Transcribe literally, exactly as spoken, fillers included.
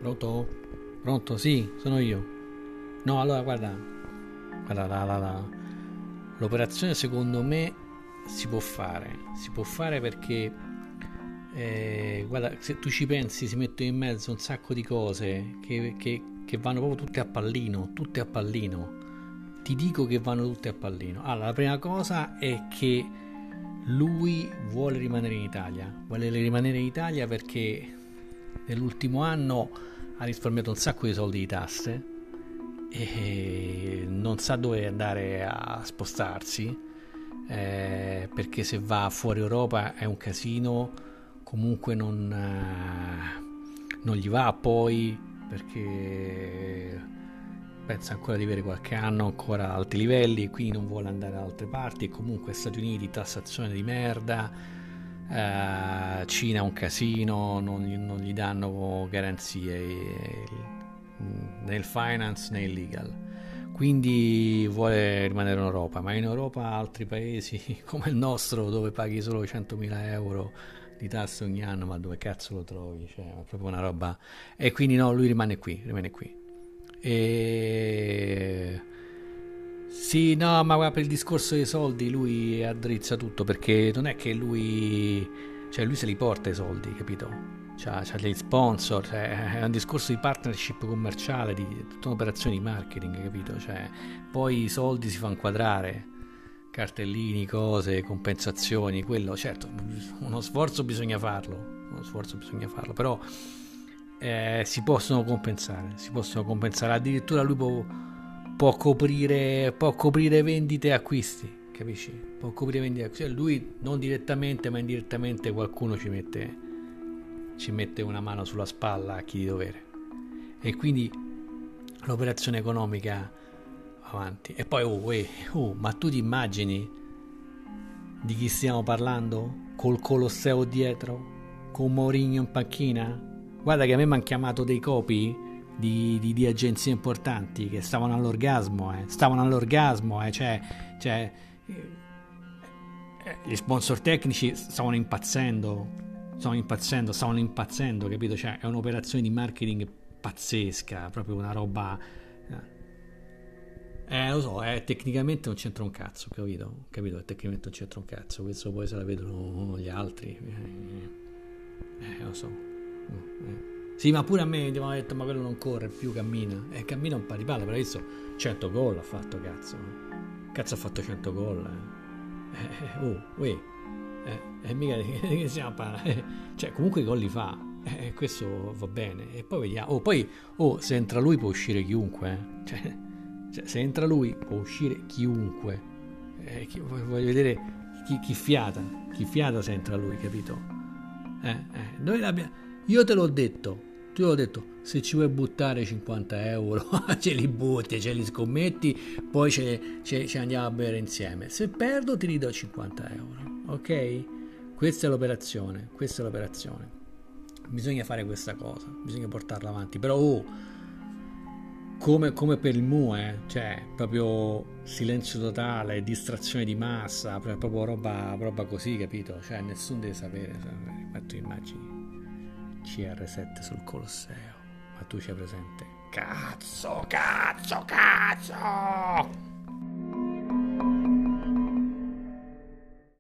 Pronto? Pronto? Sì, sono io. No, allora guarda, guarda la, la, la- l'operazione secondo me si può fare, si può fare perché eh, guarda, se tu ci pensi si mettono in mezzo un sacco di cose che, che- che vanno proprio tutte a pallino, tutte a pallino. Ti dico che vanno tutte a pallino. Allora, la prima cosa è che lui vuole rimanere in Italia, vuole rimanere in Italia perché nell'ultimo anno ha risparmiato un sacco di soldi di tasse e non sa dove andare a spostarsi, eh, perché se va fuori Europa è un casino, comunque non, eh, non gli va poi perché pensa ancora di avere qualche anno ancora a alti livelli, quindi non vuole andare da altre parti e comunque Stati Uniti tassazione di merda, eh, Cina un casino, non gli, non gli danno garanzie eh, né il finance né il legal, quindi vuole rimanere in Europa, ma in Europa altri paesi come il nostro dove paghi solo centomila euro di tasse ogni anno, ma dove cazzo lo trovi? Cioè, è proprio una roba. E quindi no, lui rimane qui, rimane qui. E sì, no, ma guarda, per il discorso dei soldi lui addrizza tutto perché non è che lui, cioè lui se li porta i soldi, capito? C'ha, c'ha degli sponsor, cioè, è un discorso di partnership commerciale, di tutta un'operazione di marketing, capito? Cioè, poi i soldi si fanno quadrare, cartellini, cose, compensazioni, quello, certo, uno sforzo bisogna farlo, uno sforzo bisogna farlo, però eh, si possono compensare, si possono compensare, addirittura lui può, può coprire, può coprire vendite e acquisti, capisci? Può coprire vendite e acquisti, cioè, lui non direttamente ma indirettamente qualcuno ci mette, ci mette una mano sulla spalla a chi di dovere e quindi l'operazione economica avanti. E poi, oh, uè, oh, ma tu ti immagini di chi stiamo parlando? Col Colosseo dietro? Con Mourinho in panchina? Guarda che a me mi hanno chiamato dei copi di, di, di agenzie importanti che stavano all'orgasmo, eh. Stavano all'orgasmo, eh. Cioè, cioè eh, gli sponsor tecnici stavano impazzendo. Stavano impazzendo, stavano impazzendo, capito? Cioè, è un'operazione di marketing pazzesca, proprio una roba. Eh, lo so, eh, tecnicamente non c'entra un cazzo, capito? Capito? Tecnicamente non c'entra un cazzo, questo poi se la vedono gli altri. Eh, eh, lo so. Eh. Sì, ma pure a me mi hanno detto, ma quello non corre più, cammina. E eh, cammina un po' di palla, però visto cento gol ha fatto, cazzo. Cazzo ha fatto cento gol. Eh, eh, oh, uè. Eh, eh, mica di che stiamo parlando. Eh, cioè, comunque i gol li fa. Eh, questo va bene. E poi vediamo. Oh, poi, oh, se entra lui può uscire chiunque. Eh. Cioè, cioè, se entra lui può uscire chiunque. Eh, chi, voglio vedere chi, chi fiata. Chi fiata se entra lui, capito? Eh, eh. Noi l'abbiamo. Io te l'ho detto. Tu l'ho detto. Se ci vuoi buttare cinquanta euro, ce li butti, ce li scommetti, poi ce, ce, ce andiamo a bere insieme. Se perdo, ti ridò cinquanta euro. Ok? Questa è l'operazione. Questa è l'operazione. Bisogna fare questa cosa. Bisogna portarla avanti. Però, oh. Come, come per il Mu, eh? Cioè, proprio silenzio totale, distrazione di massa, proprio roba, roba così, capito? Cioè, nessuno deve sapere. Ma tu immagini C R sette sul Colosseo, ma tu c'hai presente? Cazzo, cazzo, cazzo!